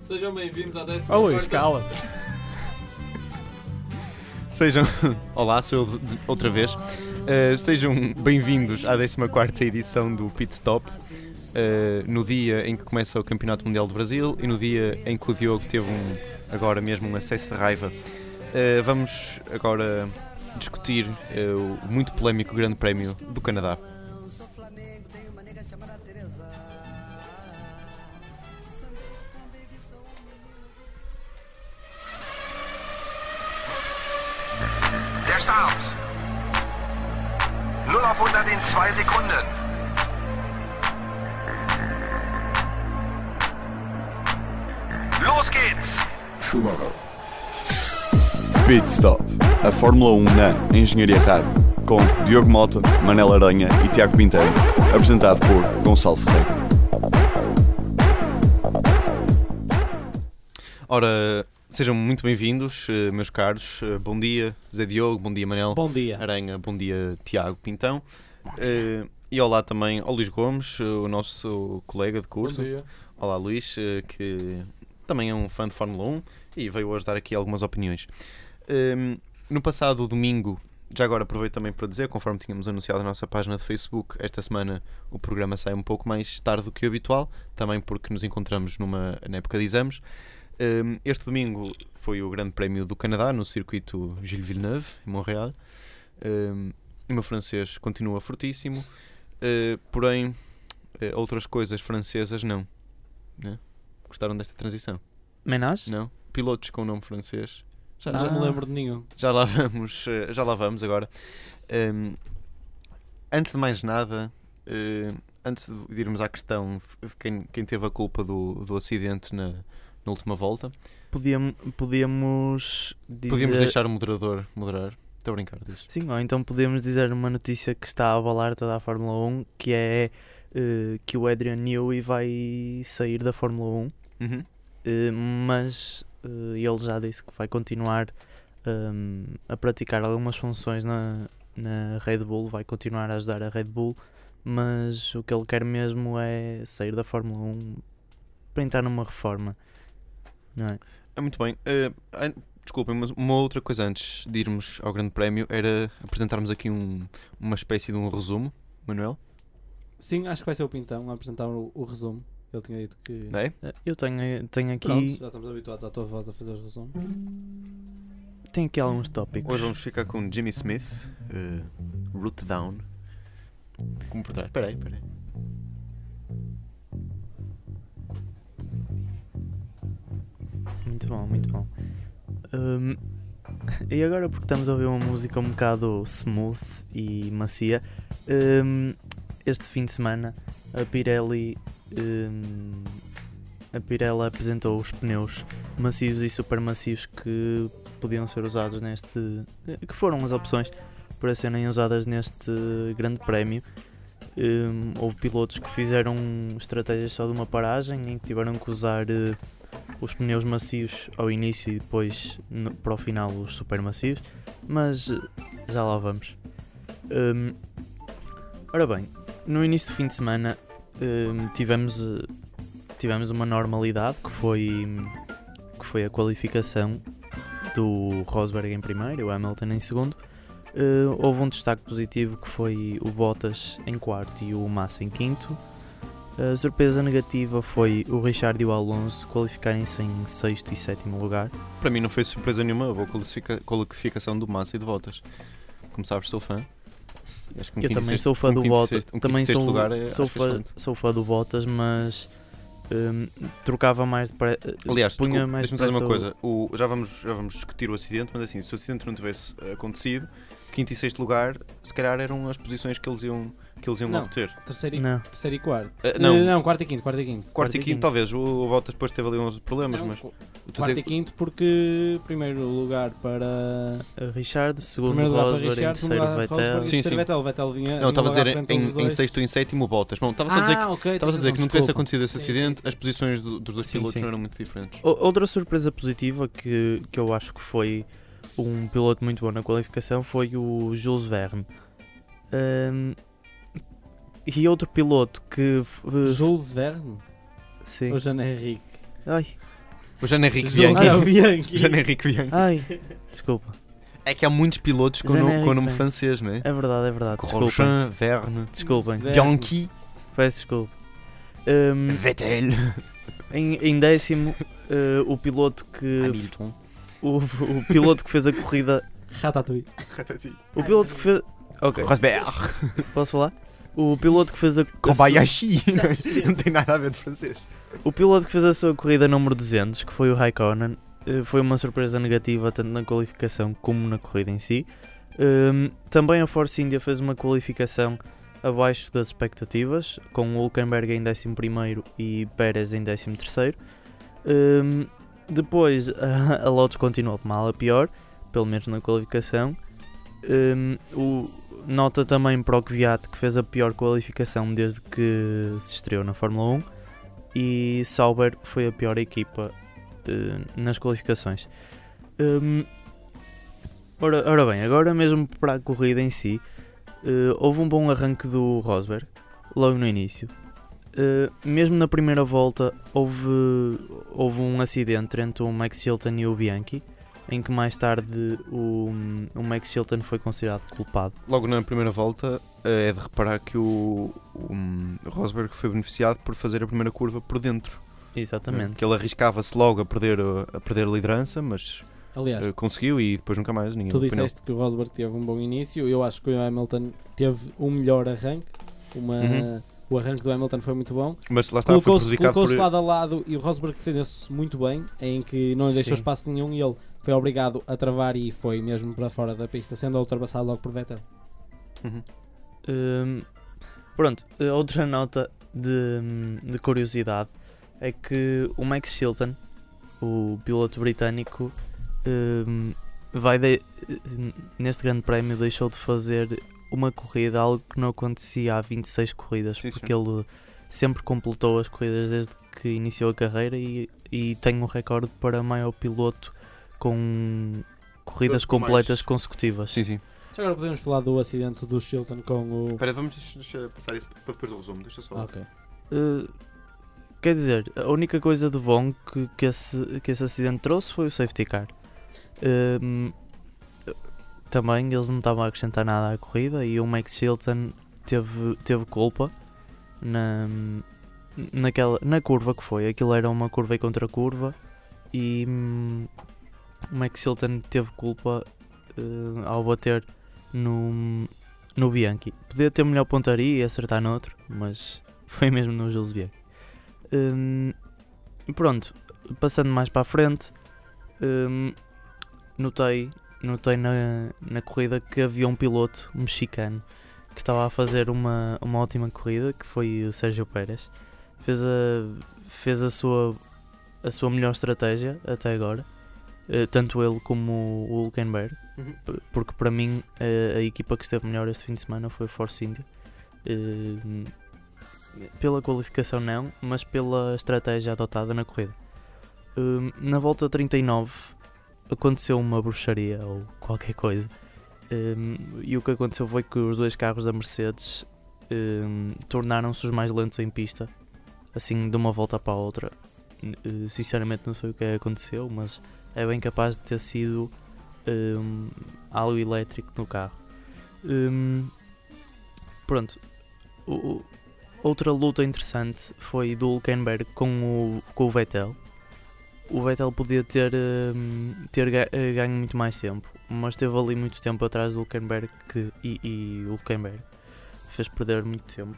Sejam bem-vindos à 14ª... Oh, Luís, cala-te. Olá, sou eu outra vez. Sejam bem-vindos à 14ª edição do Pit Stop, no dia em que começa o Campeonato Mundial do Brasil e no dia em que o Diogo teve agora mesmo um acesso de raiva. Vamos agora discutir o muito polémico Grande Prémio do Canadá. Der Start. 0 auf 100 in 2 Sekunden. Los geht's! Pit Stop, a Fórmula 1 na Engenharia Rádio, com Diogo Mota, Manel Aranha e Tiago Pinteiro, apresentado por Gonçalo Ferreira. Ora, sejam muito bem-vindos, meus caros. Bom dia, Zé Diogo, bom dia, Manel. Bom dia. Aranha, bom dia, Tiago Pintão. E olá também ao Luís Gomes, o nosso colega de curso. Bom dia. Olá, Luís, que também é um fã de Fórmula 1 e veio hoje dar aqui algumas opiniões. No passado domingo, já agora aproveito também para dizer, conforme tínhamos anunciado na nossa página de Facebook, esta semana o programa sai um pouco mais tarde do que o habitual, também porque nos encontramos na época de exames. Este domingo foi o Grande Prémio do Canadá, no circuito Gilles Villeneuve, em Montreal. O meu francês continua fortíssimo, porém outras coisas francesas não. Né? Gostaram desta transição? Menage? Não? Pilotos com nome francês? Já Não me lembro de nenhum. já lá vamos agora. Antes de mais nada, antes de irmos à questão de quem teve a culpa do acidente na última volta, Podíamos dizer... podíamos deixar o moderador moderar. Estou a brincar disso. Sim, ou então podemos dizer uma notícia que está a abalar toda a Fórmula 1, que é que o Adrian Newey vai sair da Fórmula 1, Uhum. mas ele já disse que vai continuar a praticar algumas funções na Red Bull, vai continuar a ajudar a Red Bull, mas o que ele quer mesmo é sair da Fórmula 1 para entrar numa reforma, não é? Muito bem. Desculpem, mas uma outra coisa antes de irmos ao Grande Prémio era apresentarmos aqui uma espécie de um resumo, Manuel. Sim, acho que vai ser o Pintão a apresentar o resumo. Ele tinha dito que... Não é? Eu tenho aqui... Pronto, já estamos habituados à tua voz a fazer os resumos. Tenho aqui alguns tópicos. Hoje vamos ficar com Jimmy Smith, Root Down. Como por trás? Espera aí. Muito bom, muito bom. E agora, porque estamos a ouvir uma música um bocado smooth e macia, este fim de semana a Pirelli apresentou os pneus macios e super macios que podiam ser usados que foram as opções para serem usadas neste Grande Prémio. Houve pilotos que fizeram estratégias só de uma paragem, em que tiveram que usar os pneus macios ao início e depois para o final os super macios, mas já lá vamos. Ora bem, no início do fim de semana tivemos uma normalidade que foi a qualificação do Rosberg em primeiro e o Hamilton em segundo. Houve um destaque positivo que foi o Bottas em quarto e o Massa em quinto. A surpresa negativa foi o Richard e o Alonso qualificarem-se em sexto e sétimo lugar. Para mim não foi surpresa nenhuma a boa qualificação do Massa e do Bottas. Como sabes, sou fã. Acho que Eu também sou fã do Bottas. Também sou fã do Bottas, mas trocava mais de Aliás, punha desculpa, mais deixa-me dizer uma depressa coisa. Já vamos discutir o acidente, mas assim, se o acidente não tivesse acontecido, quinto e sexto lugar, se calhar eram as posições que eles iam Não. obter. Terceiro e quarto. Não, Quarto e quinto. quarto e quinto talvez. O Bottas depois teve ali uns problemas, Não, mas... Quarto e quinto porque primeiro lugar para... Richard, segundo Primeiro lugar para Rosberg, em Richard, segundo terceiro lugar para Vettel. Rosberg, Sim, terceiro sim. Vettel. Vettel vinha... Não, estava a dizer logo à frente em dos sexto e em sétimo o Bottas. Bom, estava só a dizer que... ok. Estava a dizer que não tivesse acontecido esse Sim, acidente, sim. as posições dos dois Sim, pilotos sim. não eram muito diferentes. Outra surpresa positiva que eu acho que foi um piloto muito bom na qualificação foi o Jules Verne. E outro piloto que... Jules Verne? Sim. Ou Jean Henrique? Ai, O Jean Henrique José Bianchi. Bianchi. Jean Henrique Bianchi. Ai, desculpa. É que há muitos pilotos com Jean o Henrique nome Bianchi. francês, não é? É verdade. Desculpem. Grosjean, Verne, Desculpem. Bianchi, Peço desculpa. Vettel, Em décimo, o piloto que Hamilton. o piloto que fez a corrida. Ratatouille. O piloto que fez. Ok, Rosberg, posso falar? O piloto que fez a Kobayashi. Não tem nada a ver de francês. O piloto que fez a sua corrida número 200, que foi o Raikkonen, foi uma surpresa negativa tanto na qualificação como na corrida em si. Também a Force India fez uma qualificação abaixo das expectativas, com o Hülkenberg em 11º e Pérez em 13º. Depois a Lotus continuou de mal a pior, pelo menos na qualificação. Nota também para o Kvyat, que fez a pior qualificação desde que se estreou na Fórmula 1, e Sauber foi a pior equipa nas qualificações. Ora bem, agora mesmo para a corrida em si, houve um bom arranque do Rosberg logo no início. Mesmo na primeira volta houve um acidente entre o Max Chilton e o Bianchi, em que mais tarde o Max Chilton foi considerado culpado. Logo na primeira volta é de reparar que o Rosberg foi beneficiado por fazer a primeira curva por dentro. Exatamente. Que ele arriscava-se logo a perder a liderança, mas Aliás, conseguiu e depois nunca mais ninguém tu apanhou. disseste que o Rosberg teve um bom início. Eu acho que o Hamilton teve um melhor arranque. O arranque do Hamilton foi muito bom. Mas lá está, foi prejudicado Colocou-se por... lado a lado e o Rosberg defendeu-se muito bem, em que não lhe deixou Sim. espaço nenhum e ele foi obrigado a travar e foi mesmo para fora da pista, sendo ultrapassado logo por Vettel. Pronto, outra nota de curiosidade é que o Max Chilton, o piloto britânico, neste grande prémio deixou de fazer uma corrida, algo que não acontecia há 26 corridas, Sim, porque ele sempre completou as corridas desde que iniciou a carreira e tem um recorde para maior piloto com corridas Com mais- completas consecutivas. Sim, sim. Já agora podemos falar do acidente do Chilton com o... Espera, vamos deixar passar isso para depois do resumo. Deixa só... Ok. Quer dizer, a única coisa de bom que esse acidente trouxe foi o safety car. Também eles não estavam a acrescentar nada à corrida e o Max Chilton teve culpa na curva que foi. Aquilo era uma curva e contra curva e o Max Chilton teve culpa ao bater no Bianchi. Podia ter melhor pontaria e acertar no outro, mas foi mesmo no Jules Bianchi. Pronto, passando mais para a frente, notei na corrida que havia um piloto mexicano que estava a fazer uma ótima corrida, que foi o Sérgio Pérez. Fez a sua melhor estratégia até agora, tanto ele como o Hülkenberg, porque para mim a equipa que esteve melhor este fim de semana foi a Force India. Pela qualificação não, mas pela estratégia adotada na corrida. Na volta 39 aconteceu uma bruxaria ou qualquer coisa, e o que aconteceu foi que os dois carros da Mercedes tornaram-se os mais lentos em pista, assim de uma volta para a outra. Sinceramente não sei o que aconteceu, mas é bem capaz de ter sido algo elétrico no carro. Pronto. Outra luta interessante foi do Hülkenberg com o Vettel. O Vettel podia ter ganho muito mais tempo, mas esteve ali muito tempo atrás do Hülkenberg e o Hülkenberg fez perder muito tempo.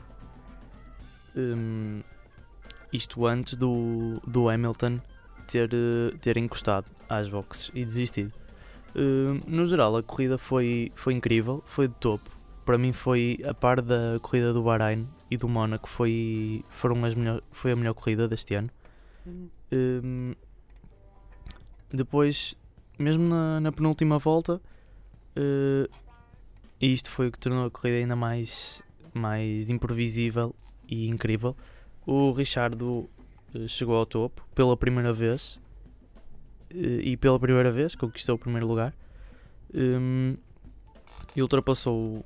Isto antes do Hamilton ter encostado às boxes e desistido. No geral a corrida foi incrível, foi de topo. Para mim foi a par da corrida do Bahrein e do Mónaco, foi a melhor corrida deste ano. Depois, mesmo na penúltima volta, e isto foi o que tornou a corrida ainda mais imprevisível e incrível, o Ricciardo chegou ao topo pela primeira vez e pela primeira vez conquistou o primeiro lugar e ultrapassou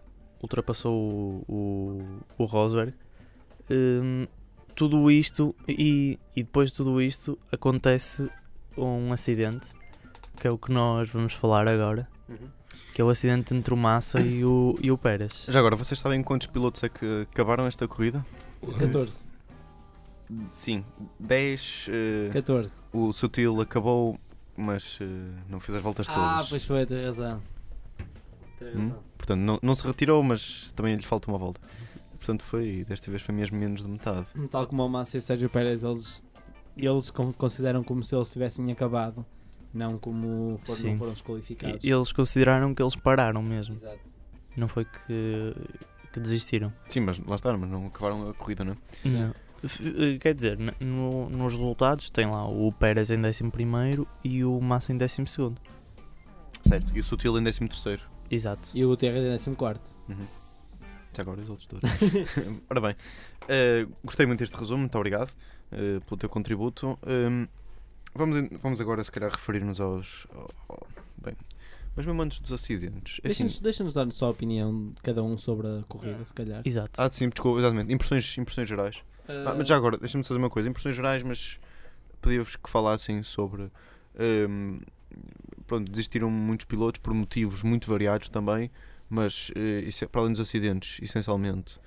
o Rosberg. Tudo isto e depois de tudo isto acontece um acidente, que é o que nós vamos falar agora, que é o acidente entre o Massa e o Pérez. Já agora, vocês sabem quantos pilotos é que acabaram esta corrida? 14. Sim, 10. 14. O Sutil acabou, mas não fez as voltas todas. Pois foi, tens razão. Portanto, não se retirou, mas também lhe falta uma volta. Portanto, desta vez foi mesmo menos de metade. Tal como o Massa e o Sérgio Pérez, eles consideram como se eles tivessem acabado, não como não foram desqualificados. E eles consideraram que eles pararam mesmo. Exato. Não foi que desistiram. Sim, mas lá está, mas não acabaram a corrida, não é? Sim. Não. Quer dizer, nos resultados tem lá o Pérez em 11º e o Massa em 12º. Certo. E o Sutil em 13º. Exato. E o Gutierrez em 14º. Já agora os outros dois. Ora bem, gostei muito deste resumo, muito obrigado pelo teu contributo. Vamos agora, se calhar, referir-nos bem, mas mesmo antes dos acidentes. Deixa-nos dar só a opinião de cada um sobre a corrida, se calhar. Exato. Sim, desculpa, exatamente. Impressões gerais. Mas já agora, deixa-me fazer uma coisa. Impressões gerais, mas pedia-vos que falassem sobre... pronto, desistiram muitos pilotos por motivos muito variados também, mas para além dos acidentes, essencialmente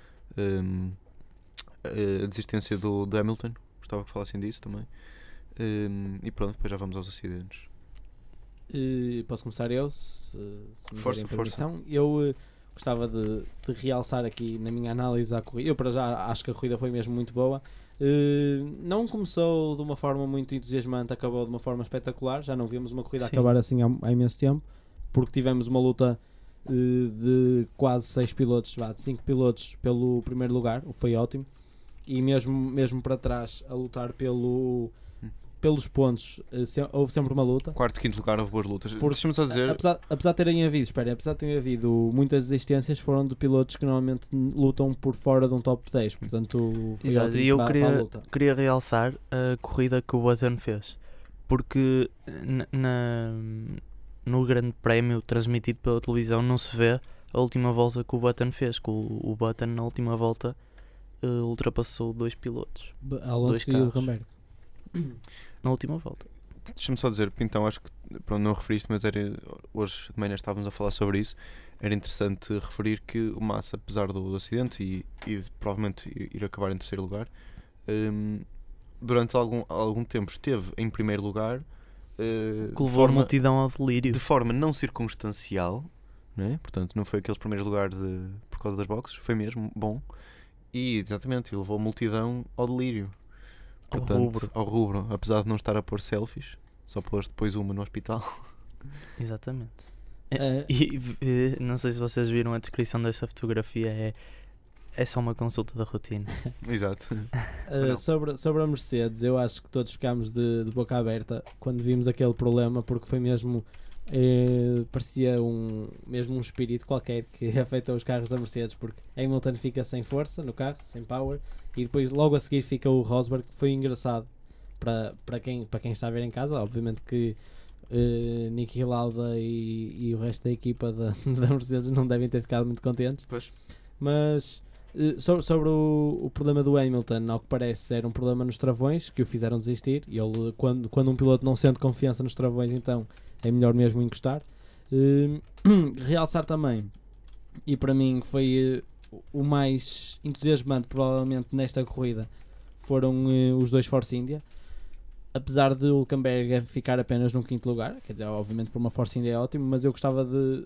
a desistência do Hamilton. Gostava que falassem disso também. E pronto, depois já vamos aos acidentes. Posso começar eu, se me Força, derem permissão. Eu gostava de realçar aqui na minha análise à corrida. Eu para já acho que a corrida foi mesmo muito boa. Não começou de uma forma muito entusiasmante, acabou de uma forma espetacular. Já não vimos uma corrida acabar assim há imenso tempo, porque tivemos uma luta de quase 6 pilotos, de 5 pilotos pelo primeiro lugar, o que foi ótimo, e mesmo para trás a lutar pelos pontos, houve sempre uma luta. Quarto, quinto lugar, houve boas lutas. Deixa-me só dizer... Apesar de terem havido muitas desistências, foram de pilotos que normalmente lutam por fora de um top 10, portanto foi Exato. ótimo E eu para a luta. queria realçar a corrida que o Button fez, porque no grande prémio transmitido pela televisão não se vê a última volta que o Button fez, que o Button na última volta ultrapassou 2 pilotos. Alonso e o Hülkenberg. Na última volta. Deixa-me só dizer, então acho que pronto, não referiste, mas hoje de manhã estávamos a falar sobre isso. Era interessante referir que o Massa, apesar do acidente e de provavelmente ir acabar em terceiro lugar, durante algum tempo esteve em primeiro lugar, Que levou a multidão ao delírio. de forma não circunstancial, não é? Portanto, não foi aqueles primeiros lugares por causa das boxes, foi mesmo bom. E exatamente, levou a multidão ao delírio. Portanto, ao rubro, apesar de não estar a pôr selfies, só pôs depois uma no hospital. Exatamente. E não sei se vocês viram a descrição dessa fotografia, é só uma consulta da rotina. Exato. Sobre a Mercedes, eu acho que todos ficámos de boca aberta quando vimos aquele problema, porque foi mesmo parecia mesmo um espírito qualquer que afeta os carros da Mercedes, porque Hamilton fica sem força no carro, sem power, e depois logo a seguir fica o Rosberg, que foi engraçado para quem está a ver em casa. Obviamente que Niki Lauda e o resto da equipa da Mercedes não devem ter ficado muito contentes. Pois. Mas sobre o problema do Hamilton, ao que parece era um problema nos travões que o fizeram desistir, e ele, quando um piloto não sente confiança nos travões, então é melhor mesmo encostar. Realçar também, e para mim foi o mais entusiasmante provavelmente nesta corrida, foram os dois Force India. Apesar de o Hülkenberg ficar apenas no 5º lugar, quer dizer, obviamente por uma Force India é ótimo, mas eu gostava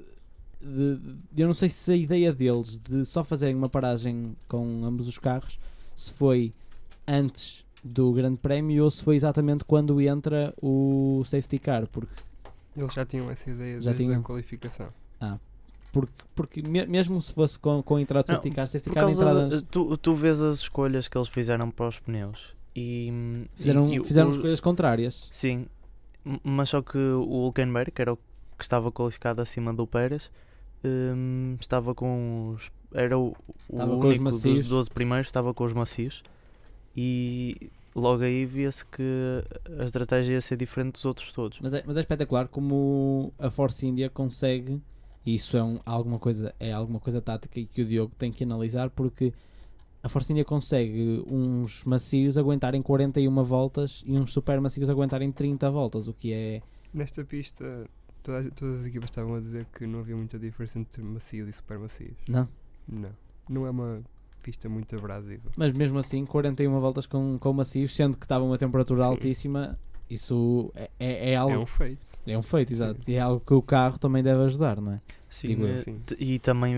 eu não sei se a ideia deles de só fazerem uma paragem com ambos os carros se foi antes do Grande Prémio ou se foi exatamente quando entra o Safety Car, porque eles já tinham essa ideia Já desde tinham. a qualificação. porque mesmo se fosse com a entrada do Safety Car, Safety Por Car causa entrada antes, tu vês as escolhas que eles fizeram para os pneus e fizeram escolhas contrárias. Sim, mas só que o Hülkenberg, que era o que estava qualificado acima do Pérez, estava com os... Era o Estava com os único macios. dos 12 primeiros, estava com os macios. E logo aí via-se que a estratégia ia ser diferente dos outros todos. Mas é espetacular como a Force India consegue, e isso é alguma coisa tática e que o Diogo tem que analisar, porque a Force India consegue uns macios aguentarem 41 voltas e uns super macios aguentarem 30 voltas, o que é... Nesta pista, todas as equipas estavam a dizer que não havia muita diferença entre macios e super macios. Não. Não é uma pista muito abrasiva. Mas mesmo assim, 41 voltas com macios, sendo que estava uma temperatura Sim. altíssima, isso é algo... É um feito. É um feito, exato. E é algo que o carro também deve ajudar, não é? Sim, Digo eu. Sim. e também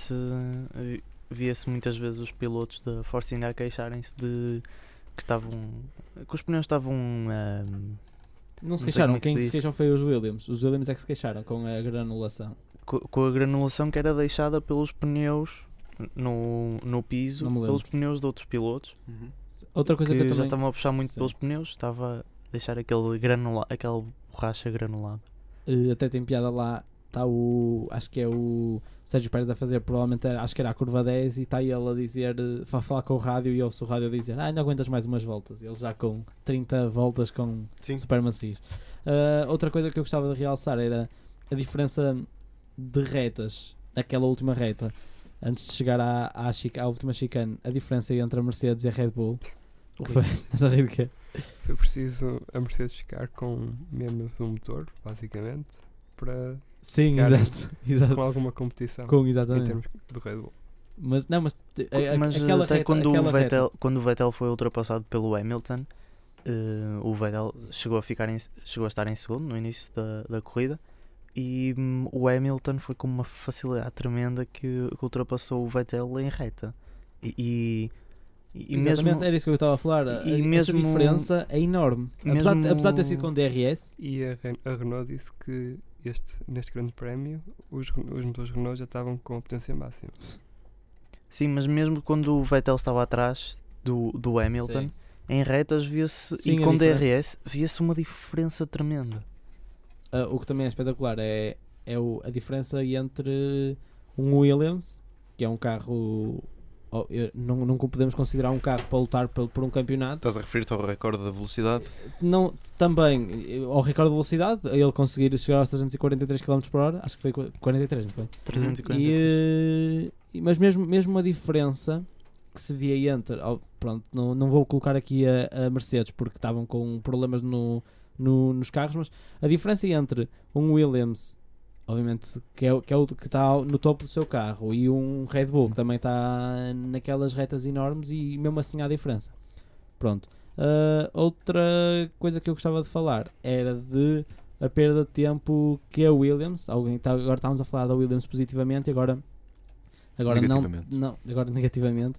via-se muitas vezes os pilotos da Force India a queixarem-se de que os pneus estavam Não se sei queixaram, como é que se quem diz. se queixou foi os Williams. Os Williams é que se queixaram com a granulação. com a granulação que era deixada pelos pneus no piso, Não me lembro. pelos pneus de outros pilotos Uhum. Outra coisa que eu já também... estavam a puxar muito Sim. pelos pneus, estava a deixar aquela borracha granulada. Até tem piada lá, está acho que é o Sérgio Pérez a fazer, provavelmente acho que era a curva 10 e está ele a dizer, a falar com o rádio e ouve-se o rádio a dizer, ainda aguentas mais umas voltas. Ele já com 30 voltas com Sim. super macios. Outra coisa que eu gostava de realçar era a diferença de retas, aquela última reta, antes de chegar à última chicane, a diferença entre a Mercedes e a Red Bull. Que foi? Estás a rir de quê? Foi preciso a Mercedes ficar com menos um motor, basicamente, para Sim, Ficar exato. com alguma competição Com, em exatamente. termos do Red Bull. Mas não, mas, Mas aquela até reta, quando, aquela reta. quando o Vettel foi ultrapassado pelo Hamilton, o Vettel chegou a estar em segundo no início da corrida e o Hamilton foi com uma facilidade tremenda que ultrapassou o Vettel em reta. E Exatamente, mesmo, era isso que eu estava a falar. e Essa mesmo- diferença é enorme. Apesar de ter sido com DRS, E a Renault disse que neste grande prémio os motores Renault já estavam com a potência máxima. sim, mas mesmo quando o Vettel estava atrás do Hamilton, Sim. em retas via-se, Sim, e a com diferença. DRS, via-se uma diferença tremenda. o que também é espetacular é a diferença entre um Williams, que é um carro. Não podemos considerar um carro para lutar por um campeonato. Estás a referir-te ao recorde da velocidade? Não, também ao recorde de velocidade, ele conseguir chegar aos 343 km/h, acho que foi 43, não foi? 343. Mas mesmo a diferença que se via entre. Pronto, não vou colocar aqui a Mercedes porque estavam com problemas nos carros, mas a diferença entre um Williams, obviamente, que está no topo do seu carro, e um Red Bull que também está naquelas retas enormes, e mesmo assim há diferença. Pronto. Outra coisa que eu gostava de falar era de a perda de tempo que a Williams, agora estávamos a falar da Williams positivamente, agora Negativamente. agora negativamente,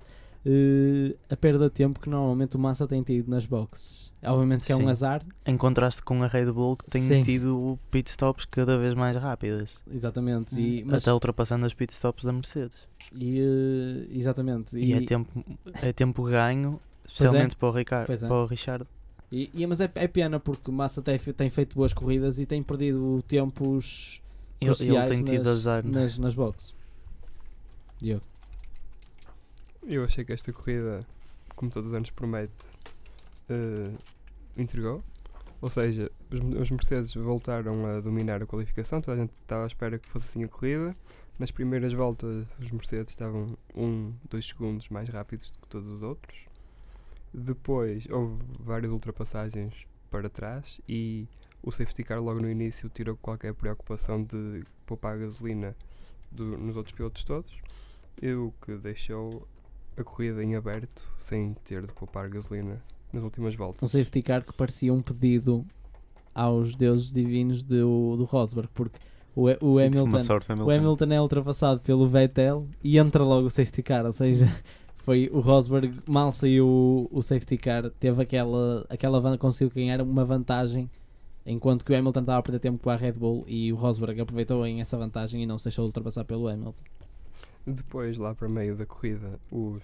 a perda de tempo que normalmente o Massa tem tido nas boxes. Obviamente que é um Sim. azar, Em contraste com a Red Bull, que tem Sim. tido pitstops cada vez mais rápidas, exatamente, até ultrapassando as pitstops da Mercedes. Exatamente. E é tempo ganho, especialmente para o Ricardo. Pois é. Para o Richard. Mas é pena porque o Massa tem feito boas corridas e tem perdido tempos Ele cruciais tem tido azar. nas boxes. Diogo. Eu achei que esta corrida, como todos os anos promete, entregou. Ou seja, os Mercedes voltaram a dominar a qualificação, toda a gente estava à espera que fosse assim a corrida. Nas primeiras voltas os Mercedes estavam 2 segundos mais rápidos do que todos os outros. Depois houve várias ultrapassagens para trás e o safety car logo no início tirou qualquer preocupação de poupar gasolina nos outros pilotos todos, e o que deixou a corrida em aberto sem ter de poupar gasolina nas últimas Um voltas. safety car que parecia um pedido aos deuses divinos do Rosberg, porque o Sim, foi Hamilton, uma sorte, o Hamilton é ultrapassado pelo Vettel e entra logo o safety car, ou seja, foi o Rosberg, mal saiu o safety car, teve conseguiu ganhar uma vantagem, enquanto que o Hamilton estava a perder tempo com a Red Bull, e o Rosberg aproveitou essa vantagem e não se deixou ultrapassar pelo Hamilton. Depois, lá para meio da corrida,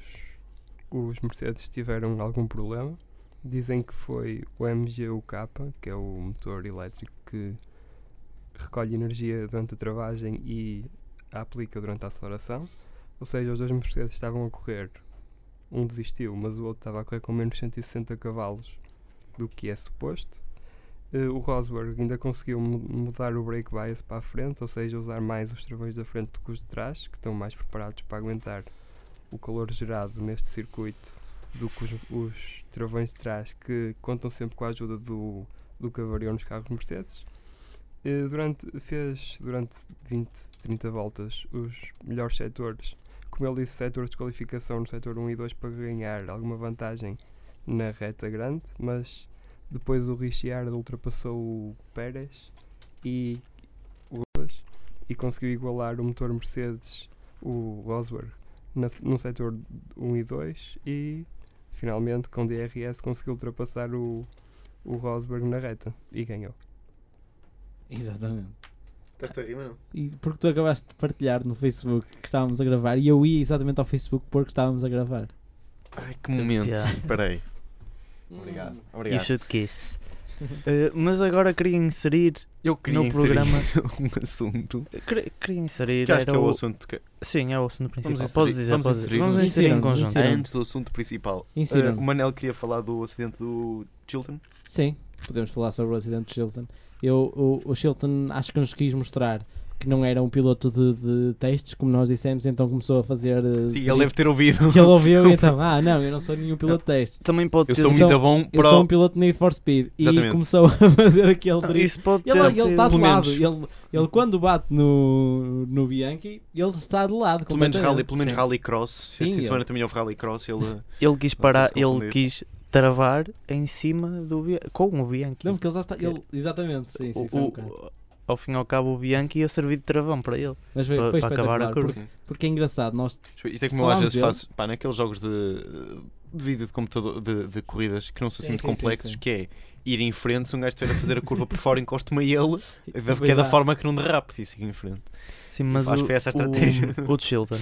os Mercedes tiveram algum problema. Dizem que foi o MGU-K, que é o motor elétrico que recolhe energia durante a travagem e a aplica durante a aceleração. Ou seja, os dois Mercedes estavam a correr, um desistiu, mas o outro estava a correr com menos 160 cavalos do que é suposto. O Rosberg ainda conseguiu mudar o brake bias para a frente, ou seja, usar mais os travões da frente do que os de trás, que estão mais preparados para aguentar o calor gerado neste circuito do que os travões de trás, que contam sempre com a ajuda do que variou nos carros Mercedes. Fez durante 20, 30 voltas os melhores setores, como ele disse, setores de qualificação no setor 1 e 2 para ganhar alguma vantagem na reta grande, mas depois o Ricciardo ultrapassou o Pérez e conseguiu igualar o motor Mercedes, o Rosberg, no setor 1 e 2 e finalmente com DRS conseguiu ultrapassar o Rosberg na reta e ganhou. Exatamente. Estás a rir, não? E porque tu acabaste de partilhar no Facebook que estávamos a gravar e eu ia exatamente ao Facebook porque estávamos a gravar. Ai, que momento. Yeah. Espera aí. Obrigado. You Obrigado. should kiss. Mas agora queria inserir Eu queria no inserir programa um assunto. queria inserir Que acho que é era o assunto que... Sim, é o assunto principal. Vamos Podes inserir- dizer, vamos podes dizer. inserir. Vamos inserir em Insiram, conjunto. insiram. Antes do assunto principal. Insira-me. O Manel queria falar do acidente do Chilton. Sim, podemos falar sobre o acidente de Chilton. O Chilton acho que nos quis mostrar que não era um piloto de testes, como nós dissemos, então começou a fazer. Sim, ele deve ter ouvido. E ele ouviu e então, não, eu não sou nenhum piloto de testes. Também pode Eu ter sou sido- muito bom Eu para sou o... um piloto de Need for Speed. E Exatamente. começou a fazer aquele drift. Isso pode ter Ele sido... está de pelo lado. menos. Ele quando bate no Bianchi, ele está de lado. Pelo menos completamente. Sim. rallycross. Sim, Este fim de ele- semana também houve rallycross. Ele... Ele quis parar, se ele confundir. quis travar em cima do com o Bianchi. Não, porque ele já está. Exatamente, sim, foi um bocado. Ao fim e ao cabo o Bianchi ia servir de travão para ele. Mas foi para acabar a espetacular. curva. Porque é engraçado. Nós Isto é como eu às Falámos vezes dele. faço naqueles jogos de vídeo de computador de corridas que não são assim Sim, muito sim, complexos, sim. que é ir em frente, se um gajo estiver a fazer a curva por fora, encosto-me a ele, Pois que é da há. forma que não derrape e sigo em frente. Sim, mas Acho que foi essa a estratégia. o Chilton,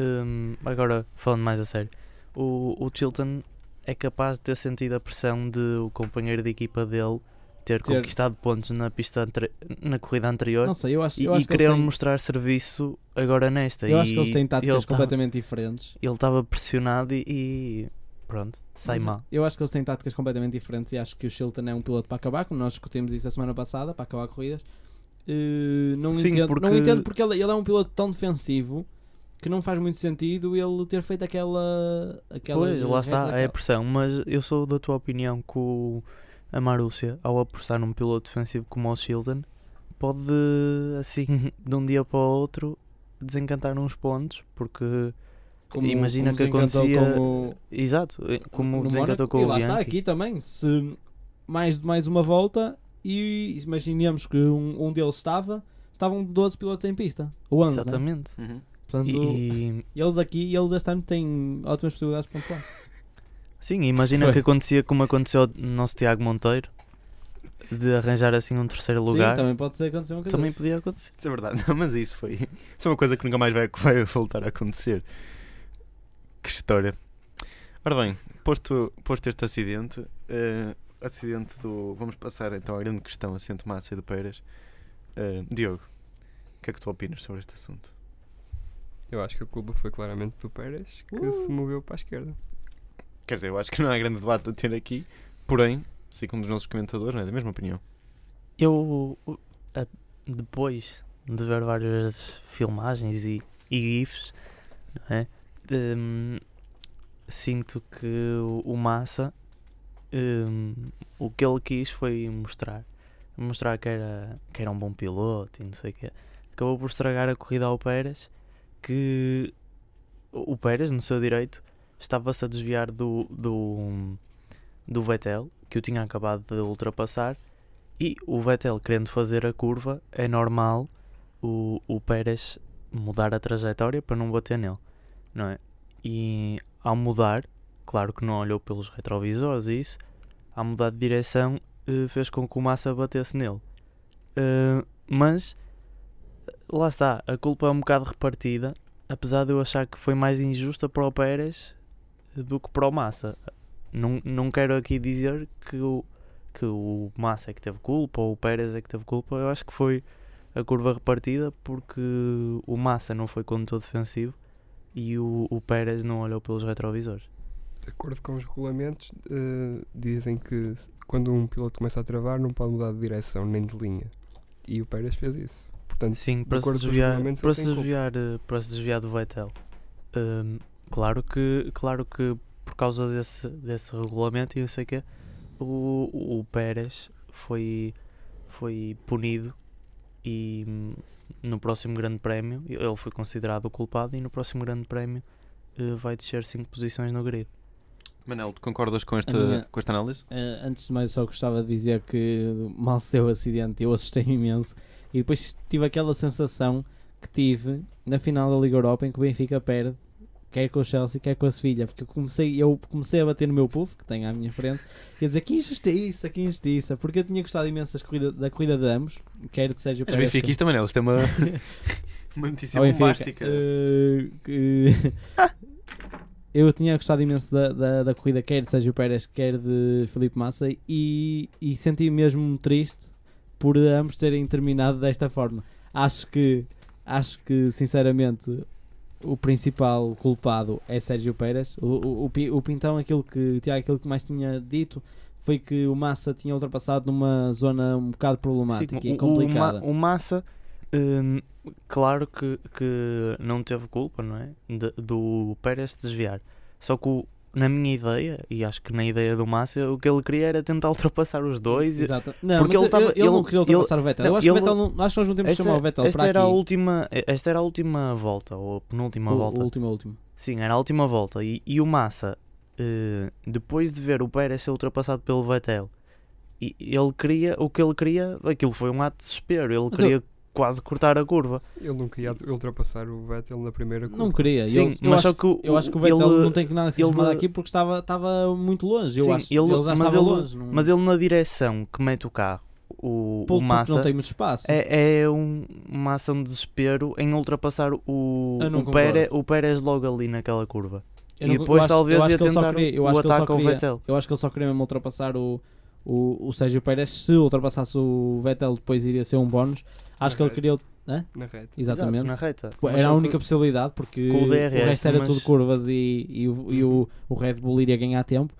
agora falando mais a sério, o Chilton é capaz de ter sentido a pressão de o companheiro de equipa dele ter conquistado pontos na pista na corrida anterior não sei, eu acho e que eles querer têm- mostrar serviço agora nesta. Eu acho que eles têm táticas ele completamente diferentes. Ele estava pressionado e pronto, sai Mas mal. Eu acho que eles têm táticas completamente diferentes e acho que o Chilton é um piloto para acabar, como nós discutimos isso a semana passada, para acabar corridas. Não Sim, entendo porque ele é um piloto tão defensivo que não faz muito sentido ele ter feito aquela Pois, lá está, reta é a pressão, mas eu sou da tua opinião que a Marúcia, ao apostar num piloto defensivo como o Chilton, pode, assim, de um dia para o outro, desencantar uns pontos, porque imagina que desencantou acontecia... com o- Exato, como no desencantou Mónaco. com E o lá está, Bianchi. aqui também, se mais uma volta e imaginemos que um deles estavam 12 pilotos em pista, ou 11, né? Exatamente. Portanto, E, eles este ano têm ótimas possibilidades de pontuar. sim, imagina que acontecia como aconteceu ao nosso Tiago Monteiro, de arranjar assim um terceiro lugar. Sim, também pode ser acontecer uma coisa Também dessas. podia acontecer. Isso é verdade, não, mas isso é uma coisa que nunca mais vai voltar a acontecer. Que história. Ora bem, posto este acidente, vamos passar então à grande questão, acidente Massa e do Pérez. Diogo, o que é que tu opinas sobre este assunto? Eu acho que a culpa foi claramente do Pérez, que se moveu para a esquerda. Quer dizer, eu acho que não há grande debate a ter aqui, porém, sei que um dos nossos comentadores não é da mesma opinião. Eu, depois de ver várias filmagens e GIFs, não é? Sinto que o Massa, o que ele quis foi mostrar que era um bom piloto e não sei o quê. Acabou por estragar a corrida ao Pérez, que o Pérez, no seu direito, estava-se a desviar do Vettel, que o tinha acabado de ultrapassar, e o Vettel querendo fazer a curva, é normal o Pérez mudar a trajetória para não bater nele, não é? E ao mudar, claro que não olhou pelos retrovisores e isso, ao mudar de direção, fez com que o Massa batesse nele. Mas lá está, a culpa é um bocado repartida, apesar de eu achar que foi mais injusta para o Pérez do que para o Massa. Não quero aqui dizer que o Massa é que teve culpa ou o Pérez é que teve culpa. Eu acho que foi a curva repartida, porque o Massa não foi condutor defensivo e o Pérez não olhou pelos retrovisores. De acordo com os regulamentos, dizem que quando um piloto começa a travar não pode mudar de direção nem de linha. E o Pérez fez isso. Portanto, Sim, de para se acordo com os desviar, regulamentos, para ele se tem culpa. desviar do Vettel. Claro que por causa desse regulamento, e eu sei que o Pérez foi punido e no próximo Grande Prémio ele foi considerado o culpado e no próximo Grande Prémio vai descer 5 posições no grid. Manel, tu concordas com esta análise? Antes de mais, só gostava de dizer que mal se deu o acidente, eu assustei imenso e depois tive aquela sensação que tive na final da Liga Europa em que o Benfica perde, quer com o Chelsea, quer com a Sevilha, porque eu comecei a bater no meu puff, que tenho à minha frente, e a dizer que injustiça, porque eu tinha gostado imenso da corrida de ambos, quer de Sérgio És Pérez. benfiquista, Manel, isto é uma notícia Ao Benfica. bombástica. Eu tinha gostado imenso da corrida, quer de Sérgio Pérez, quer de Filipe Massa, e senti mesmo triste por ambos terem terminado desta forma. Acho que sinceramente o principal culpado é Sérgio Pérez. O Pintão, aquilo que mais tinha dito foi que o Massa tinha ultrapassado numa zona um bocado problemática. Sim, e complicada. O Massa, claro que não teve culpa, não é? Do Pérez desviar. Só que na minha ideia, e acho que na ideia do Massa, o que ele queria era tentar ultrapassar os dois. Exato. Não, porque mas ele não queria ultrapassar o Vettel. Eu acho que o Vettel acho que nós não temos que chamar o Vettel para aqui. Esta era a última volta, ou a penúltima volta. O último. Sim, era a última volta. E o Massa, depois de ver o Pérez ser ultrapassado pelo Vettel, o que ele queria, aquilo foi um ato de desespero. Ele queria quase cortar a curva. Ele não queria ultrapassar o Vettel na primeira curva. Não queria. Sim, eu acho que o Vettel não tem que nada que se chamar aqui porque estava muito longe. Eu acho que ele já estava longe. Mas ele na direção que mete o carro, o Massa não tem muito espaço. É uma ação de desespero em ultrapassar o Pérez logo ali naquela curva. E depois talvez ia tentar o ataque ao Vettel. Eu acho que ele só queria mesmo ultrapassar o Sérgio Pérez. Se ultrapassasse o Vettel depois iria ser um bónus. Acho que ele queria... Na reta. Exatamente. Exato, na reta. Era a única possibilidade porque o resto era tudo curvas e o Red Bull iria ganhar tempo.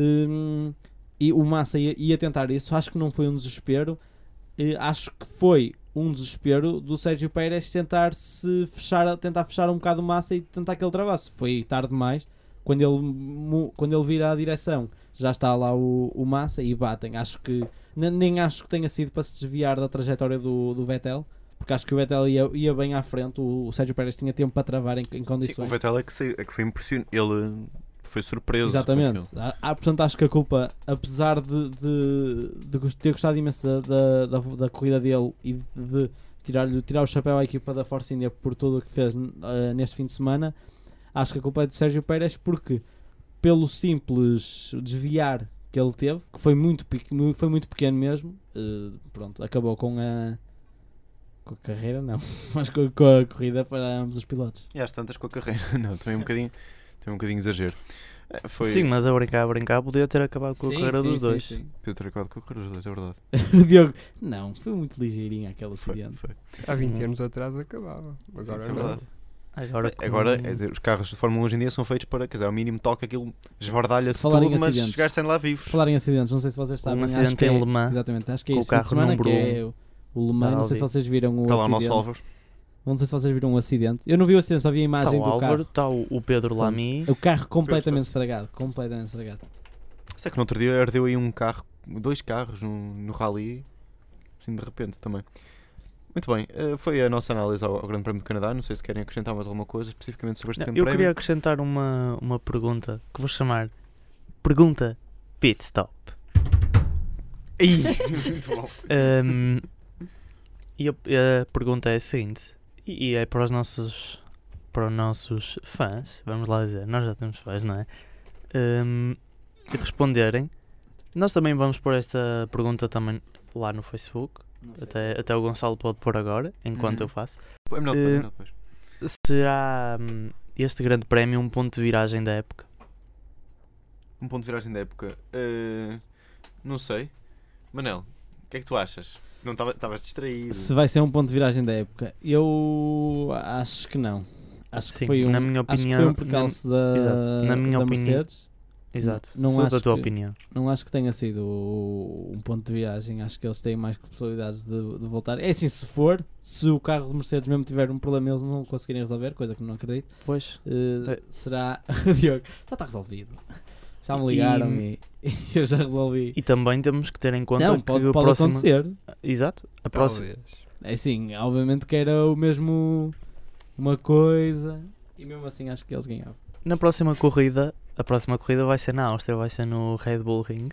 E o Massa ia tentar isso. Acho que não foi um desespero. Acho que foi um desespero do Sérgio Pérez tentar fechar um bocado o Massa e tentar que ele travasse. Foi tarde demais. Quando ele vira a direção, já está lá o Massa e batem. Nem acho que tenha sido para se desviar da trajetória do Vettel, porque acho que o Vettel ia bem à frente. O Sérgio Pérez tinha tempo para travar em condições. Sim, o Vettel é que foi impressionante. Ele foi surpreso. Exatamente. Portanto, acho que a culpa, apesar de ter gostado imenso da corrida dele e de tirar o chapéu à equipa da Force India por tudo o que fez neste fim de semana, acho que a culpa é do Sérgio Pérez, porque pelo simples desviar que ele teve, que foi muito pequeno mesmo, pronto, acabou com a carreira, não, mas com a corrida para ambos os pilotos. E às tantas com a carreira, não, também um bocadinho exagero. Sim, mas a brincar podia ter acabado com a carreira dos dois. Sim. Podia ter acabado com a carreira dos dois, é verdade. O Diogo, não, foi muito ligeirinho aquele acidente. Foi. Há 20 anos atrás acabava. Agora Sim, é não. verdade. Agora, é dizer, os carros de Fórmula 1 hoje em dia são feitos para, quer dizer, ao mínimo toque aquilo, esbardalha-se Falar em tudo, mas acidentes. chegar sem lá vivos. Falar em acidentes, não sei se vocês sabem, acho acidente que em Le Mans, exatamente, acho que é com este o fim de semana, carro que é o Le Mans, não sei se vocês viram o Está lá o acidente. nosso Álvaro. Não sei se vocês viram um acidente. Eu não vi o acidente, só vi a está imagem o do Álvaro, carro. está o Pedro Lamy. O carro completamente estragado. Sei que no outro dia ardeu aí dois carros no rally, assim de repente também. Muito bem, foi a nossa análise ao Grande Prémio do Canadá. Não sei se querem acrescentar mais alguma coisa especificamente sobre este Grande Eu Prémio. queria acrescentar uma pergunta que vou chamar Pergunta Pit Stop. Muito bom. E a pergunta é a seguinte, e é para os nossos fãs, vamos lá dizer, nós já temos fãs, não é? De responderem. Nós também vamos pôr esta pergunta também lá no Facebook. Até o Gonçalo pode pôr agora, enquanto eu faço. É melhor depois. Será este Grande Prémio um ponto de viragem da época? Um ponto de viragem da época? Não sei. Manel, o que é que tu achas? Não estavas distraído? Se vai ser um ponto de viragem da época, eu acho que não. Acho que Sim, foi na minha acho que opinião, foi um percalço na minha da opinião, Mercedes. Exato. Não Sou acho da tua que- opinião. Não acho que tenha sido um ponto de viagem. Acho que eles têm mais possibilidades de voltar. É assim, se o carro de Mercedes mesmo tiver um problema e eles não conseguirem resolver, coisa que não acredito, Pois. será. Diogo, já está resolvido. Já me ligaram e eu já resolvi. E também temos que ter em conta Não, que pode o próximo... acontecer. Exato. A próxima... Talvez. É assim, obviamente que era o mesmo uma coisa e mesmo assim acho que eles ganhavam. Na próxima corrida, a próxima corrida vai ser na Áustria, vai ser no Red Bull Ring.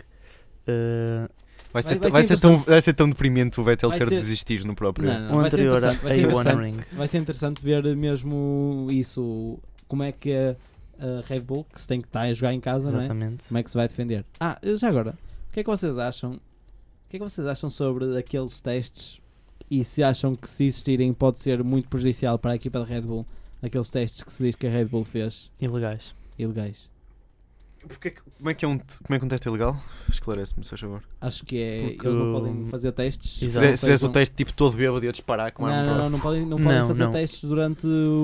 Vai ser, vai vai ser ser vai ser tão deprimente o Vettel Vai ter de ser- desistir no próprio. Não, O vai ser anterior interessante, vai a ser A1 interessante. Ring. Vai ser interessante ver mesmo isso, como é que a Red Bull, que se tem que estar a jogar em casa, não é? Exatamente. Como é que se vai defender? Já agora, o que é que vocês acham? O que é que vocês acham sobre aqueles testes e se acham que se existirem pode ser muito prejudicial para a equipa da Red Bull? Aqueles testes que se diz que a Red Bull fez Ilegais. ilegais. Como é que um teste ilegal? Esclarece-me, se faz favor. Acho que é. Porque Eles não podem fazer testes. Exato. Se fizesse o teste tipo todo bêbado e a disparar com a arma para- Não podem Não, fazer não. testes durante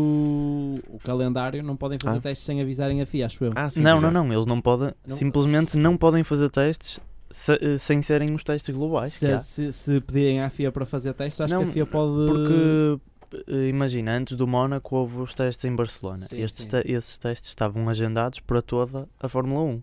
o calendário, não podem fazer Ah. testes sem avisarem a FIA, acho eu. Ah, sim, Não, exato. não, eles não podem, Não- simplesmente não podem fazer testes sem serem os testes globais. que há. Se pedirem à FIA para fazer testes, acho Não, que a FIA pode. Porque, imagina, antes do Mónaco houve os testes em Barcelona. Sim, Estes sim. esses testes estavam agendados para toda a Fórmula 1.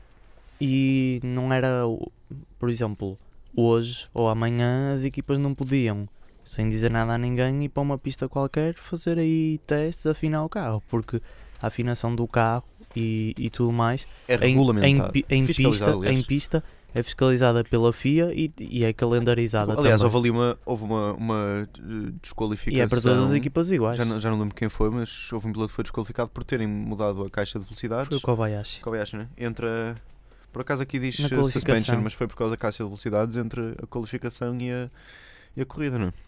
E não era, por exemplo, hoje ou amanhã as equipas não podiam, sem dizer nada a ninguém, ir para uma pista qualquer fazer aí testes, afinar o carro, porque a afinação do carro e tudo mais É regulamentado. Fiscalizado, aliás. em pista é fiscalizada pela FIA e é calendarizada Aliás, também. houve uma desqualificação. E é para todas as equipas iguais. Já não lembro quem foi, mas houve um piloto que foi desqualificado por terem mudado a caixa de velocidades. Foi o Kobayashi. Kobayashi, né? Por acaso aqui diz Na qualificação. suspension, mas foi por causa da caixa de velocidades entre a qualificação e a corrida, não é?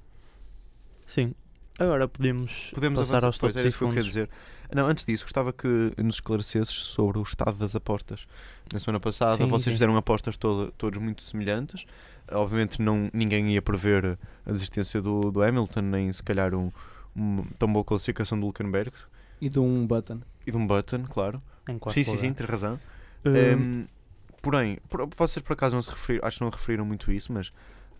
Sim. Agora podemos passar avançar aos depois, tópicos era e isso que eu queria segundos. dizer. Não, antes disso, gostava que nos esclarecesses sobre o estado das apostas. Na semana passada Sim, vocês sim. fizeram apostas todos muito semelhantes. Obviamente ninguém ia prever a desistência do Hamilton, nem se calhar uma tão boa classificação do Hülkenberg E de um button. e de um Button, claro. Em quarto Sim, lugar. tens razão. Hum, Porém, vocês por acaso não se referiram, acho que não referiram muito isso, mas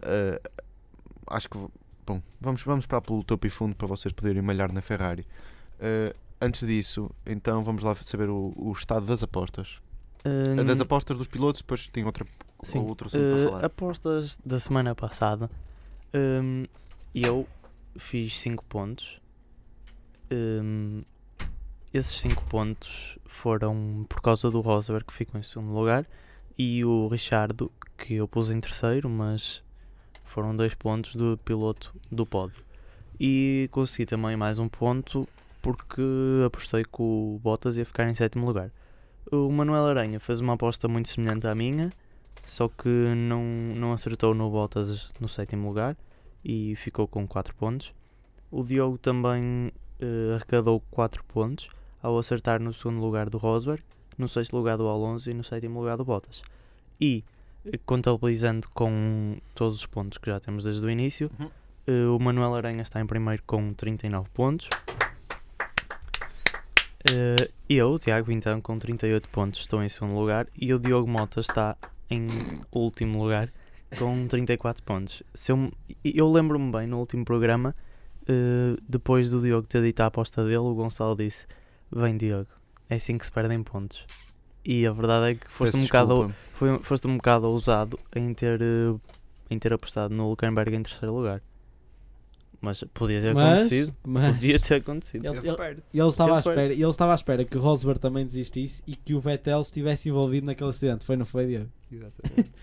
acho que vamos para pelo topo e fundo para vocês poderem malhar na Ferrari. Antes disso, então vamos lá saber o estado das apostas. Das apostas dos pilotos, depois tem outro assunto para falar. Apostas da semana passada, eu fiz 5 pontos. Esses 5 pontos foram por causa do Rosberg, que ficou em segundo lugar, e o Richardo, que eu pus em terceiro, mas foram 2 pontos do piloto do pódio. E consegui também mais um ponto porque apostei que o Bottas ia ficar em sétimo lugar. O Manuel Aranha fez uma aposta muito semelhante à minha, só que não acertou no Bottas no sétimo lugar e ficou com 4 pontos. O Diogo também arrecadou 4 pontos ao acertar no segundo lugar do Rosberg, no sexto lugar do Alonso e no sétimo lugar do Bottas. E, contabilizando com todos os pontos que já temos desde o início, o Manuel Aranha está em primeiro com 39 pontos. Eu, Tiago, então, com 38 pontos estou em segundo lugar e o Diogo Mota está em último lugar com 34 pontos. Eu lembro-me bem, no último programa, depois do Diogo ter dito a aposta dele, o Gonçalo disse: "Bem, Diogo, é assim que se perdem pontos." E a verdade é que foste um bocado ousado em ter apostado no Hülkenberg em terceiro lugar. Mas podia ter acontecido. Podia ter acontecido. Ele estava à espera que o Rosberg também desistisse e que o Vettel estivesse envolvido naquele acidente. Não foi, Diego? Exatamente.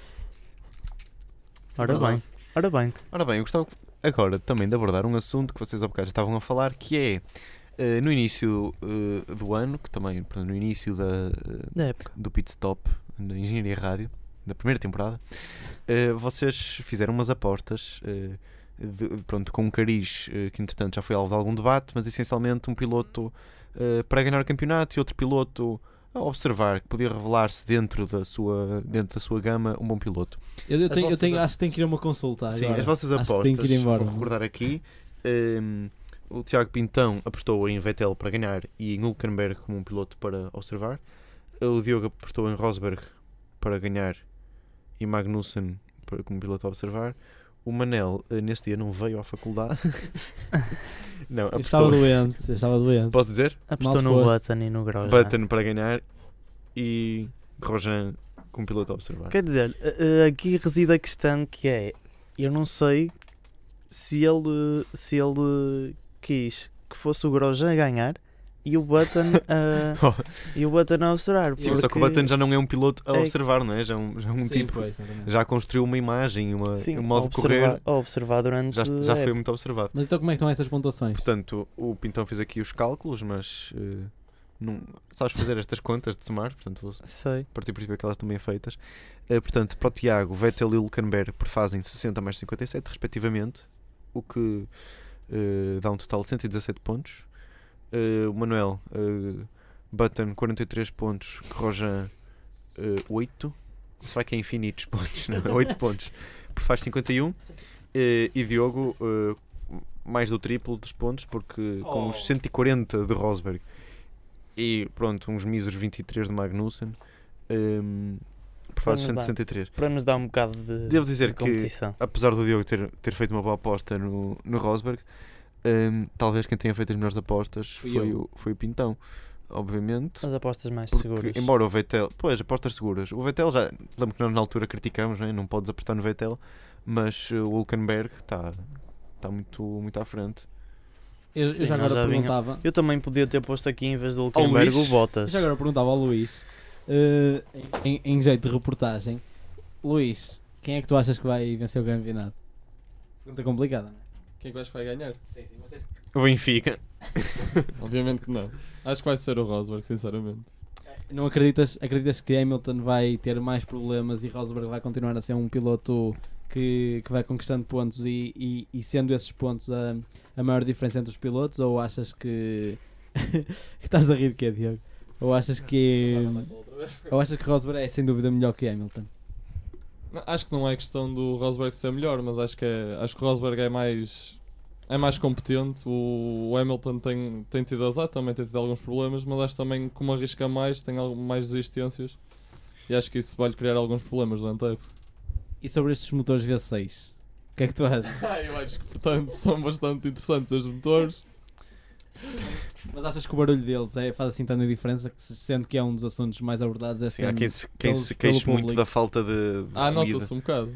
Ora bem. Ora bem, eu gostava agora também de abordar um assunto que vocês há bocado estavam a falar, que é no início do ano, que também portanto, no início Da época. do pit stop da Engenharia Rádio, da primeira temporada, vocês fizeram umas apostas pronto, com um cariz que entretanto já foi alvo de algum debate, mas essencialmente um piloto para ganhar o campeonato e outro piloto a observar, que podia revelar-se dentro da sua gama um bom piloto. Acho que tenho que ir a uma consulta Sim, agora. as vossas Acho que apostas, tenho que ir embora. vou recordar aqui, o Tiago Pintão apostou em Vettel para ganhar e em Hülkenberg como um piloto para observar. O Diogo apostou em Rosberg para ganhar e Magnussen como piloto a observar. O Manel nesse dia não veio à faculdade. Não, Eu apostou. estava doente. Posso dizer? Apostou Mal no suposto. Button e no Grosjean. Button para ganhar e Grosjean como piloto a observar. Quer dizer, aqui reside a questão que é, eu não sei se ele quis que fosse o Grosjean a ganhar e o Button a observar. Sim, só que o porque- Button já não é um piloto a É- observar, não é? Já é um Sim, tipo. pois, exatamente. Já construiu uma imagem, Sim, um modo de correr. a observar durante Já a foi época. muito observado. Mas então como é que estão essas pontuações? Portanto, o Pintão fez aqui os cálculos, mas não sabes fazer estas contas de somar, portanto vou Sei. partir do princípio que elas estão bem feitas. Portanto, para o Tiago, Vettel e o Hülkenberg fazem 60 mais 57, respectivamente, o que dá um total de 117 pontos. O Manuel, Button 43 pontos, Grosjean 8. Será que é infinitos pontos? Não, é 8 pontos. Faz 51. E Diogo, mais do triplo dos pontos, porque com os 140 de Rosberg e pronto, uns míseros 23 de Magnussen, faz Para nos dar- 163. Para nos dar um bocado de, Devo dizer de que, competição. apesar do Diogo ter feito uma boa aposta no Rosberg, talvez quem tenha feito as melhores apostas foi o Pintão, obviamente. As apostas mais Porque, seguras. embora o Vettel, pois, apostas seguras. O Vettel já, lembro que nós na altura criticamos, não podes apostar no Vettel, mas o Hülkenberg está muito, muito à frente. Eu Sim, já nós agora já vinha- perguntava. Eu também podia ter posto aqui em vez do Hülkenberg Luís? o Bottas. Já agora perguntava ao Luís, em jeito de reportagem, Luís, quem é que tu achas que vai vencer o campeonato? Pergunta complicada, não é? Quem é que acho que vai ganhar? Sim, vocês... O Benfica. Obviamente que não. Acho que vai ser o Rosberg, sinceramente. Não acreditas que Hamilton vai ter mais problemas e Rosberg vai continuar a ser um piloto que vai conquistando pontos e sendo esses pontos a maior diferença entre os pilotos? Ou achas que... que estás a rir de quê, Diogo? Ou achas que Rosberg é sem dúvida melhor que Hamilton? Não, acho que não é questão do Rosberg ser melhor, mas acho que o Rosberg é mais competente. O Hamilton tem tido azar, também tem tido alguns problemas, mas acho também que como arrisca mais, tem mais desistências e acho que isso vai-lhe criar alguns problemas durante a época. E sobre estes motores V6? O que é que tu achas? Eu acho que, portanto, são bastante interessantes os motores. Mas achas que o barulho deles faz assim tanta diferença, sendo que é um dos assuntos mais abordados este Sim, há ano? quem se pelo queixe muito público. da falta de ruído. Nota-se um bocado.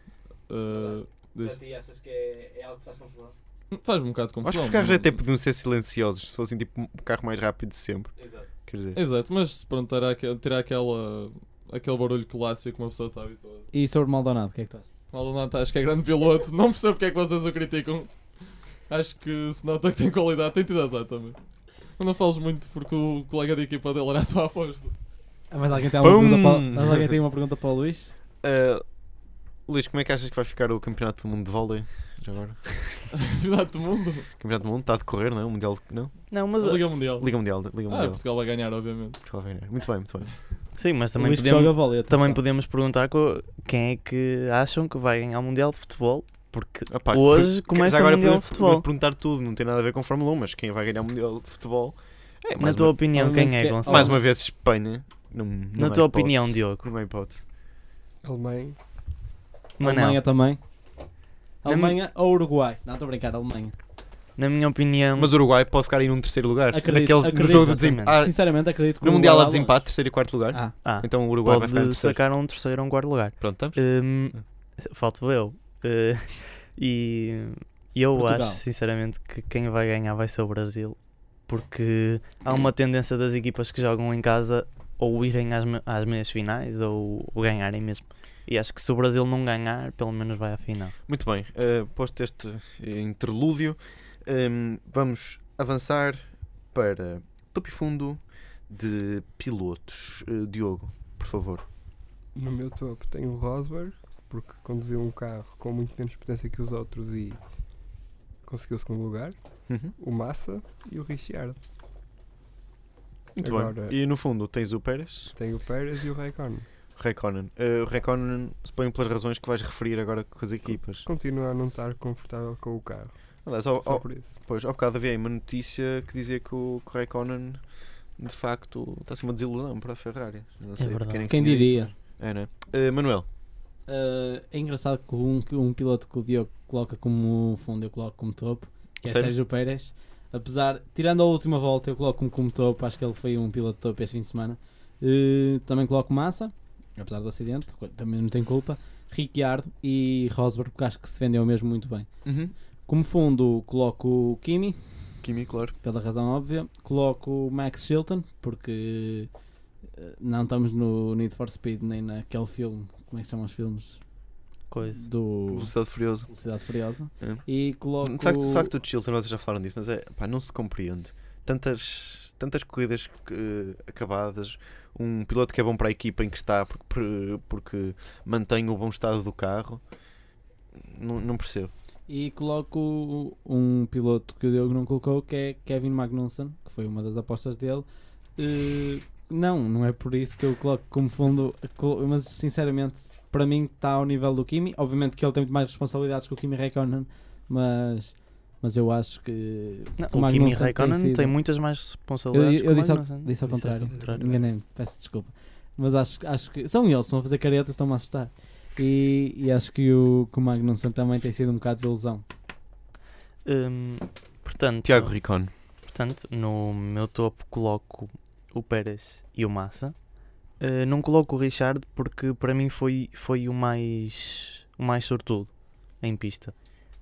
Diz. ti achas que é algo que faz confusão? Faz um bocado de confusão. Acho que os carros até podiam ser silenciosos se fossem tipo o carro mais rápido de sempre. Exato. Quer dizer, Exato, mas pronto, tirar aquele barulho clássico que uma pessoa está habituada. E sobre Maldonado, o que é que tu achas? Maldonado acho que é grande piloto, não percebo porque é que vocês o criticam. Acho que se nota que tem qualidade, tem tido azar também. Eu não falo muito porque o colega de equipa dele era a tua aposta. Mas alguém tem Pum! uma pergunta para o Luís? Luís, como é que achas que vai ficar o Campeonato do Mundo de Vôlei? Já agora? Campeonato do mundo. O Campeonato do Mundo está a decorrer, não é? O Mundial. Não? Não, mas A Liga Mundial. Liga Mundial. Portugal vai ganhar, obviamente. Portugal vai ganhar. Muito bem, muito bem. sim, mas O também Luís que podemos, joga vôlei, atenção. também podemos perguntar quem é que acham que vai ganhar o Mundial de Futebol, porque Epá, hoje já começa o agora Mundial de podemos Futebol. perguntar tudo, não tem nada a ver com Fórmula 1, mas quem vai ganhar o Mundial de Futebol é Na tua opinião, quem é, obviamente que- Gonçalo? mais uma vez Espanha. Não Na há tua hipótese. opinião, Diogo? Não há hipótese. Alemanha. Manel, Alemanha também. Na Alemanha ou Uruguai? Não, estou a brincar, Alemanha. na minha opinião, Mas o Uruguai pode ficar aí num terceiro lugar. Acredito, No acredito, jogo do exatamente. desempate. Sinceramente acredito que No o Mundial há Uruguai- desempate, terceiro e quarto lugar. Então o Uruguai vai ficar em pode terceiro. sacar um terceiro ou um quarto lugar. Pronto, estamos? Falto eu. E eu Portugal. acho, sinceramente, que quem vai ganhar vai ser o Brasil, porque há uma tendência das equipas que jogam em casa ou irem às meias finais ou ganharem mesmo. E acho que se o Brasil não ganhar, pelo menos vai à final. Muito bem, posto este interlúdio, vamos avançar para topo e fundo de pilotos. Diogo, por favor. No meu topo tenho o Rosberg, porque conduziu um carro com muito menos potência que os outros e conseguiu o segundo lugar. Uhum. O Massa e o Ricciardo. Muito Agora- bem. E no fundo tens o Pérez, Tenho o Pérez e o Raikkonen. Raikkonen. O Raikkonen se põe pelas razões que vais referir agora com as equipas. Continua a não estar confortável com o carro. Aliás, Só por isso. pois, ao bocado havia aí uma notícia que dizia que o Raikkonen de facto está a ser uma desilusão para a Ferrari. Não sei de verdade. é que Quem tinha diria? dito. É, não é? Manuel, É engraçado que um piloto que o Diogo coloca como fundo, eu coloco como topo, que é Sério? Sérgio Pérez. Apesar, tirando a última volta, eu coloco como topo, acho que ele foi um piloto topo este fim de semana. Também coloco Massa, apesar do acidente, também não tem culpa. Ricciardo e Rosberg, porque acho que se defendeu mesmo muito bem. Como fundo, coloco o Kimi, claro. pela razão óbvia. Coloco o Max Chilton, porque não estamos no Need for Speed nem naquele filme. Como é que se chamam os filmes? Coisa. Do Velocidade Furiosa. Velocidade Furiosa. É. E coloco. De facto, o Chilton, vocês já falaram disso, mas não se compreende. Tantas corridas acabadas, um piloto que é bom para a equipa em que está porque mantém o bom estado do carro. Não percebo. E coloco um piloto que o Diogo não colocou, que é Kevin Magnussen, que foi uma das apostas dele. Não é por isso que eu coloco como fundo, mas sinceramente, para mim está ao nível do Kimi. Obviamente que ele tem muito mais responsabilidades que o Kimi Räikkönen, mas eu acho que O Kimi Räikkönen tem muitas mais responsabilidades que o Magnussen. Disse ao contrário, contrário. enganei-me, peço desculpa. Mas acho que são eles, estão a fazer caretas, estão-me a assustar. E acho que o Magnussen também tem sido um bocado de desilusão. Tiago Ricon. Portanto, no meu topo coloco o Pérez e o Massa. Não coloco o Richard porque para mim foi o mais sortudo em pista.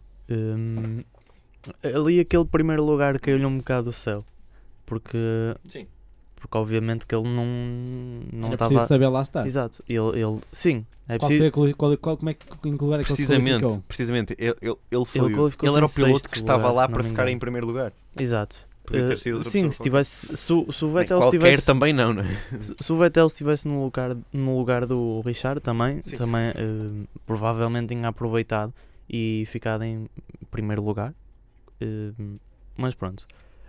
Ali aquele primeiro lugar caiu-lhe um bocado do céu. Porque porque obviamente que ele não Era estava... preciso saber lá estar. Exato. Ele sim, é Qual preciso... foi como é que em que lugar é que ele se qualificou? Precisamente, ele qualificou-se era o em piloto sexto que estava lugar, lá se não para me ficar engano. em primeiro lugar. Exato. Podia ter sido outra sim, pessoa se tivesse se o Vettel qualquer estivesse também não é? se o Vettel estivesse no lugar do Richard também Sim. provavelmente tinha aproveitado e ficado em primeiro lugar. Mas pronto.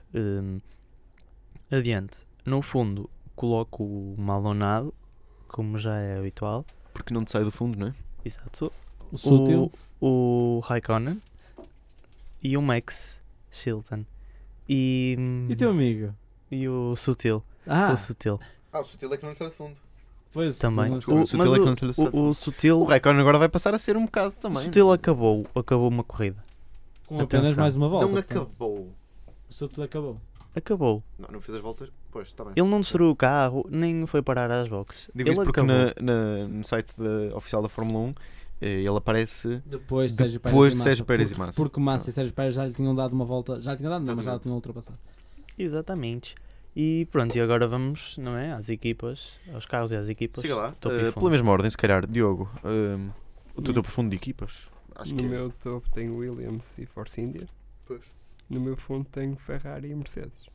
Adiante. No fundo coloco o Maldonado, como já é habitual. Porque não te sai do fundo, não é? Exato. O Sutil. O Raikkonen e o Max Chilton. E teu amigo? E o Sutil. Ah, O Sutil. O Sutil é que não lhe sai do fundo. pois, Também. Desculpa, o Sutil é que não lhe sai do fundo. O Sutil. O Raikkonen agora vai passar a ser um bocado O também. Sutil acabou uma corrida. com apenas atenção. mais uma volta. Não portanto. acabou. O Sutil acabou. Acabou. Não fez as voltas? Pois, está bem. Ele não destruiu o carro, nem foi parar às boxes. Digo Ele isso porque acabou. no site oficial da Fórmula 1 ele aparece Depois de depois de Sérgio Sérgio Pérez e Massa. Massa. Porque o Massa e Sérgio Pérez já lhe tinham dado uma volta. Já lhe tinham dado, não, mas já lhe Exatamente. tinham ultrapassado. Exatamente. E pronto, e agora vamos, não é? Às equipas, aos carros e às equipas. Siga lá. Topo e fundo. Pela mesma ordem, se calhar, Diogo, o teu profundo de equipas. Acho No que meu topo tenho Williams e Force India. Pois. No meu fundo tenho Ferrari e Mercedes.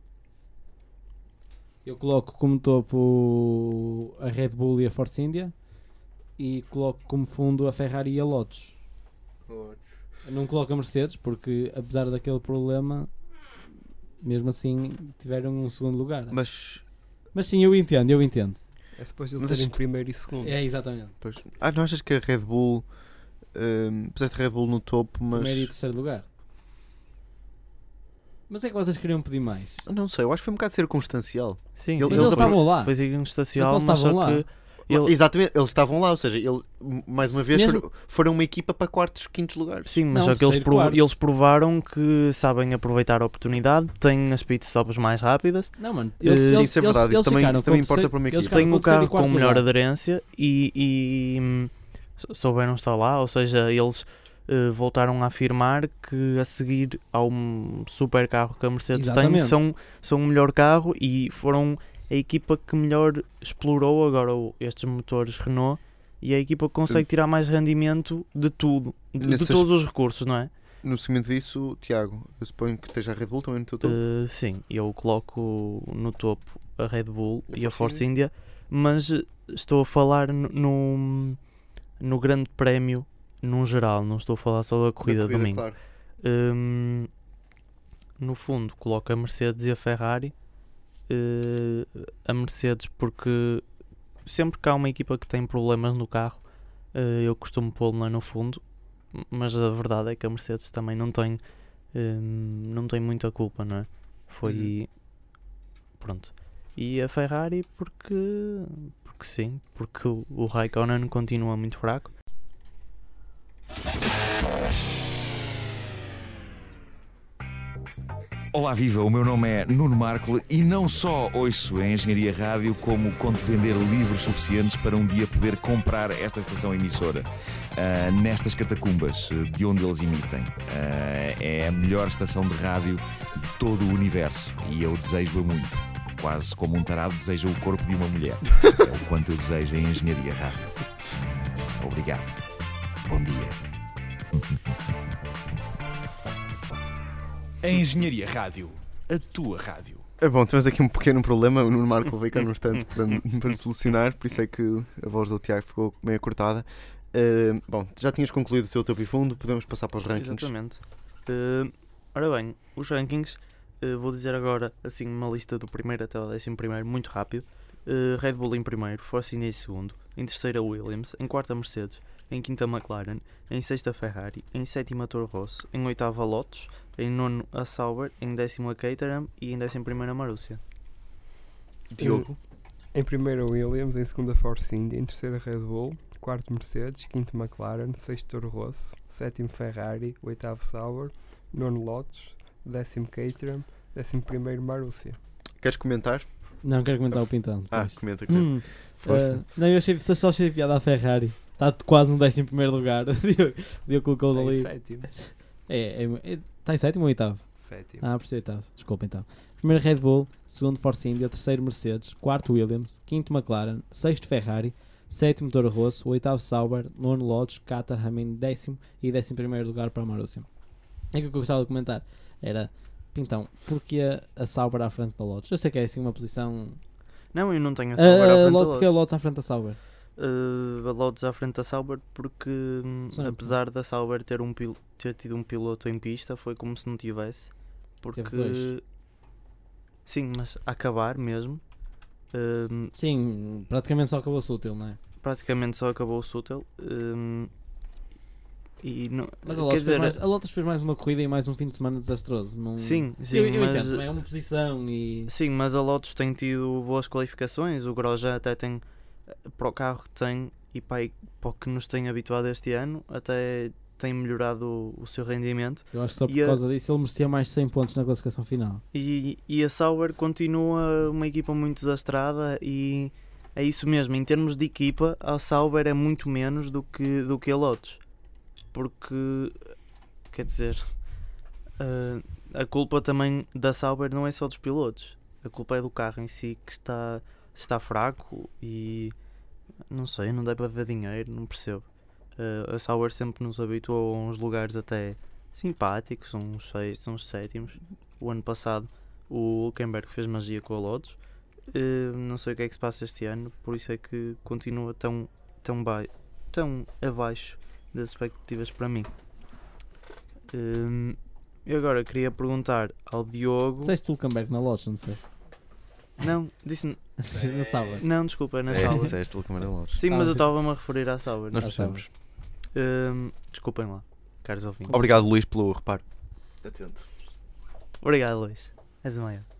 Eu coloco como topo a Red Bull e a Force India e coloco como fundo a Ferrari e a Lotus. Eu não coloco a Mercedes porque, apesar daquele problema, mesmo assim tiveram um segundo lugar. Mas Mas sim, eu entendo. É depois de ele Mas ter em primeiro e segundo. É, exatamente. pois, não achas que a Red Bull puseste a Red Bull no topo, mas Primeiro e terceiro lugar. Mas é que vocês queriam pedir mais? não sei, eu acho que foi um bocado circunstancial. Sim, Ele- sim, Mas eles estavam lá. Foi circunstancial, Eles mas estavam só lá. que ele, Exatamente, eles estavam lá, ou seja, mais uma vez Mesmo- foram uma equipa para quartos, quintos lugares. sim, mas Não, só que eles, terceiro, quarto. eles provaram que sabem aproveitar a oportunidade, têm as pit stops mais rápidas, Não, mano. Sim, isso é verdade, isso também importa para uma equipa. têm o carro com melhor melhor aderência e souberam estar lá, ou seja, eles voltaram a afirmar que a seguir ao super carro que a Mercedes tem, Exatamente. são o melhor carro e foram a equipa que melhor explorou agora estes motores Renault e a equipa que consegue tirar mais rendimento de tudo, de Nesse todos os recursos, não é? No seguimento disso, Tiago, eu suponho que esteja a Red Bull também no teu topo. Sim, eu coloco no topo a Red Bull E a e a Force Force India, mas estou a falar no Grande Prémio num geral, não estou a falar só da corrida de domingo. Claro. No fundo, coloco a Mercedes e a Ferrari. A Mercedes porque sempre que há uma equipa que tem problemas no carro, eu costumo pô-la no fundo, mas a verdade é que a Mercedes também não tem muita culpa, não é? Foi pronto. E a Ferrari porque sim, porque o Raikkonen continua muito fraco. Olá viva, o meu nome é Nuno Marco e não só ouço a Engenharia Rádio, como conto vender livros suficientes para um dia poder comprar esta estação emissora nestas catacumbas de onde eles emitem. É a melhor estação de rádio de todo o universo e eu desejo-a muito. Quase como um tarado deseja o corpo de uma mulher. É o quanto eu desejo a Engenharia Rádio. Obrigado. Bom dia. A Engenharia Rádio, a tua rádio. É bom, temos aqui um pequeno problema. O Nuno Marco veio cá num instante para solucionar, por isso é que a voz do Tiago ficou meio cortada. Bom, já tinhas concluído o teu topo e fundo, podemos passar para os rankings. Exatamente. Ora bem, os rankings, vou dizer agora assim uma lista do primeiro até o 11º, muito rápido. Red Bull em primeiro, Force India em segundo, em terceira Williams, em quarta Mercedes, em quinta McLaren, em sexta Ferrari, em sétima Toro Rosso, em oitava Lotus, em nono a Sauber, em décimo a Caterham e em 11º a Marussia. Diogo? Em primeiro Williams, em segunda Force India, em terceira Red Bull, quarto Mercedes, quinto McLaren, sexto Toro Rosso, sétimo Ferrari, oitavo Sauber, nono Lotus, décimo Caterham, 11º Marussia. Queres comentar? Não, quero comentar o Pintão. Comenta. Força. Não, eu só achei piada a Ferrari. Está quase no 11º lugar. Diogo colocou Está em ali. sétimo. Está em sétimo ou oitavo? Sétimo. Por ser oitavo. Desculpa então. Primeiro Red Bull, segundo Force India, terceiro Mercedes, quarto Williams, quinto McLaren, sexto Ferrari, sétimo Toro Rosso, oitavo Sauber, nono Lotus, Caterham em décimo e 11º lugar para a Marussia. É que o que eu gostava de comentar era, Pintão, porquê a Sauber à frente da Lotus? Eu sei que é assim uma posição... Não, eu não tenho a Sauber à frente da Porque a Lotus. Lotus à frente da Sauber? A Lotus à frente da Sauber porque apesar da Sauber ter tido um piloto em pista, foi como se não tivesse. Porque Teve dois. Sim, mas a acabar mesmo. Sim, praticamente só acabou-se útil, não é? Praticamente só acabou o Suttel. E não, Mas a quer Lotus fez mais uma corrida e mais um fim de semana desastroso. Não... Sim, eu mas, entendo, é uma posição e... Sim, mas a Lotus tem tido boas qualificações. O Grosjean até tem, para o carro que tem e para o que nos tem habituado este ano, até tem melhorado o seu rendimento. Eu acho que só por causa disso ele merecia mais 100 pontos na classificação final. E a Sauber continua uma equipa muito desastrada e é isso mesmo, em termos de equipa a Sauber é muito menos do que a Lotus, porque quer dizer a culpa também da Sauber não é só dos pilotos, a culpa é do carro em si que está fraco e não sei, não dá para ver dinheiro, não percebo. A Sauber sempre nos habituou a uns lugares até simpáticos, uns 6, uns 7º. O ano passado o Hülkenberg fez magia com a Lotus. Não sei o que é que se passa este ano, por isso é que continua tão abaixo das expectativas para mim. E agora queria perguntar ao Diogo. Disseste o Hülkenberg na Lotus, não sei. Não, disse na Sauber. Não, desculpa, é na Sauber. Disseste o Hülkenberg na Lotus. Sim, mas eu estava-me a referir à Sauber. Nós percebemos. Desculpem lá, caros ouvintes. Obrigado, Luís, pelo reparo. Atento. Obrigado, Luís. És o maior.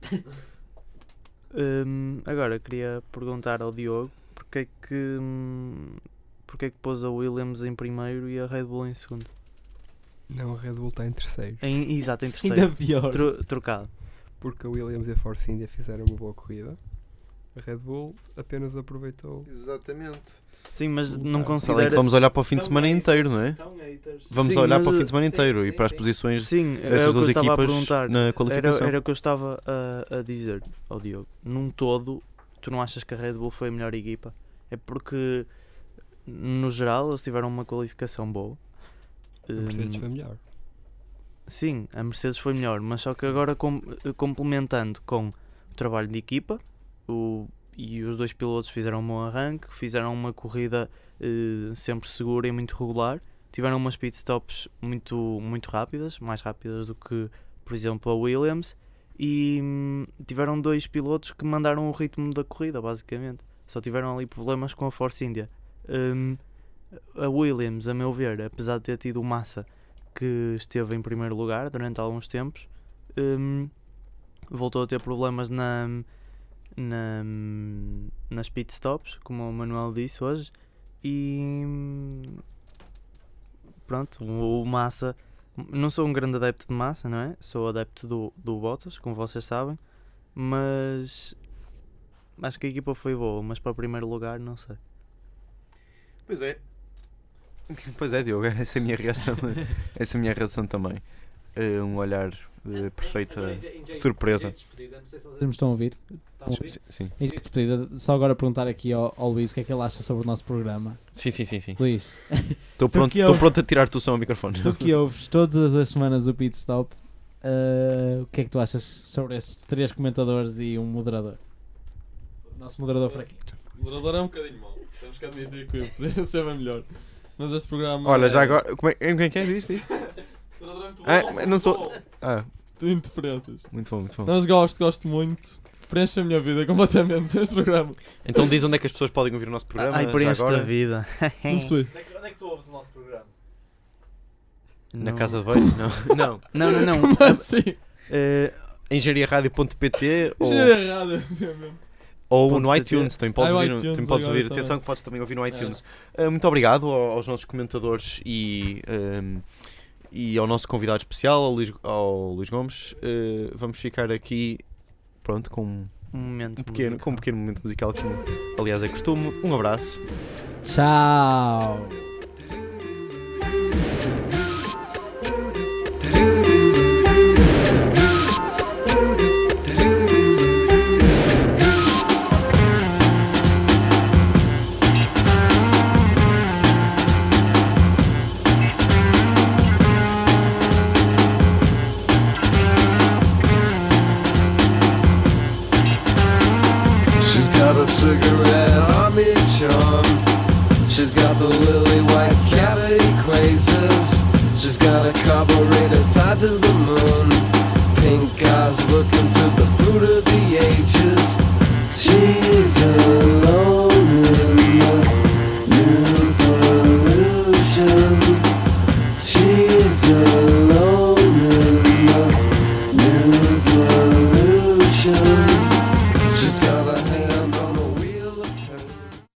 Agora queria perguntar ao Diogo porque é que pôs a Williams em primeiro e a Red Bull em segundo? Não, a Red Bull está em terceiro. Exato, em terceiro. Ainda pior. Trocado. Porque a Williams e a Force India fizeram uma boa corrida. A Red Bull apenas aproveitou. Exatamente. Sim, mas não Além considera... que vamos olhar para o fim de semana inteiro, não é? Vamos Sim, olhar mas para o fim de semana inteiro e para as posições Sim, dessas duas eu estava a equipas perguntar. na qualificação. Era o que eu estava a dizer ao Diogo. Num todo, tu não achas que a Red Bull foi a melhor equipa? É porque, no geral, eles tiveram uma qualificação boa. A Mercedes foi melhor. Sim, a Mercedes foi melhor, mas só que agora complementando com o trabalho de equipa, e os dois pilotos fizeram um bom arranque, fizeram uma corrida sempre segura e muito regular, tiveram umas pitstops muito rápidas, mais rápidas do que, por exemplo, a Williams, e tiveram dois pilotos que mandaram o ritmo da corrida, basicamente. Só tiveram ali problemas com a Force India. A Williams, a meu ver, apesar de ter tido o Massa, que esteve em primeiro lugar durante alguns tempos, voltou a ter problemas nas pit stops, como o Manuel disse hoje, e pronto, o Massa, não sou um grande adepto de Massa, não é? Sou adepto do Bottas, como vocês sabem, mas acho que a equipa foi boa, mas para o primeiro lugar não sei. Pois é, Diogo, essa é a minha reação. Essa é a minha reação também. Um olhar de perfeita surpresa. Não sei se vocês me estão a ouvir. Sim. Em jeito de despedida, só agora perguntar aqui ao Luís o que é que ele acha sobre o nosso programa. Sim. Luís, Estou pronto a tirar-te o som ao microfone. tu que ouves todas as semanas o Pit Stop, o que é que tu achas sobre esses 3 comentadores e um moderador? O nosso moderador fraquinho. O moderador é um bocadinho mau. Temos que admitir que podia ser bem melhor. Mas este programa. Olha, já agora. Como é que é? Diz? O moderador é muito bom. Não sou. Tem interferências. Muito bom. Mas gosto muito. Preenche a minha vida completamente este programa. Então diz onde é que as pessoas podem ouvir o nosso programa. Ai, preenche agora. da vida. Não percebi. Onde é que tu ouves o nosso programa? Na casa de banho? Não. Não. Assim. Engenhariaradio.pt Engenharia errada, obviamente. ou no .pt. iTunes, também podes ouvir, iTunes também podes agora ouvir. também. Atenção que podes também ouvir no iTunes. Muito obrigado aos nossos comentadores e ao nosso convidado especial, ao Luís Gomes. Vamos ficar aqui, pronto, com um pequeno momento musical, como aliás é costume. Um abraço. Tchau! She's got a cigarette on each arm. She's got the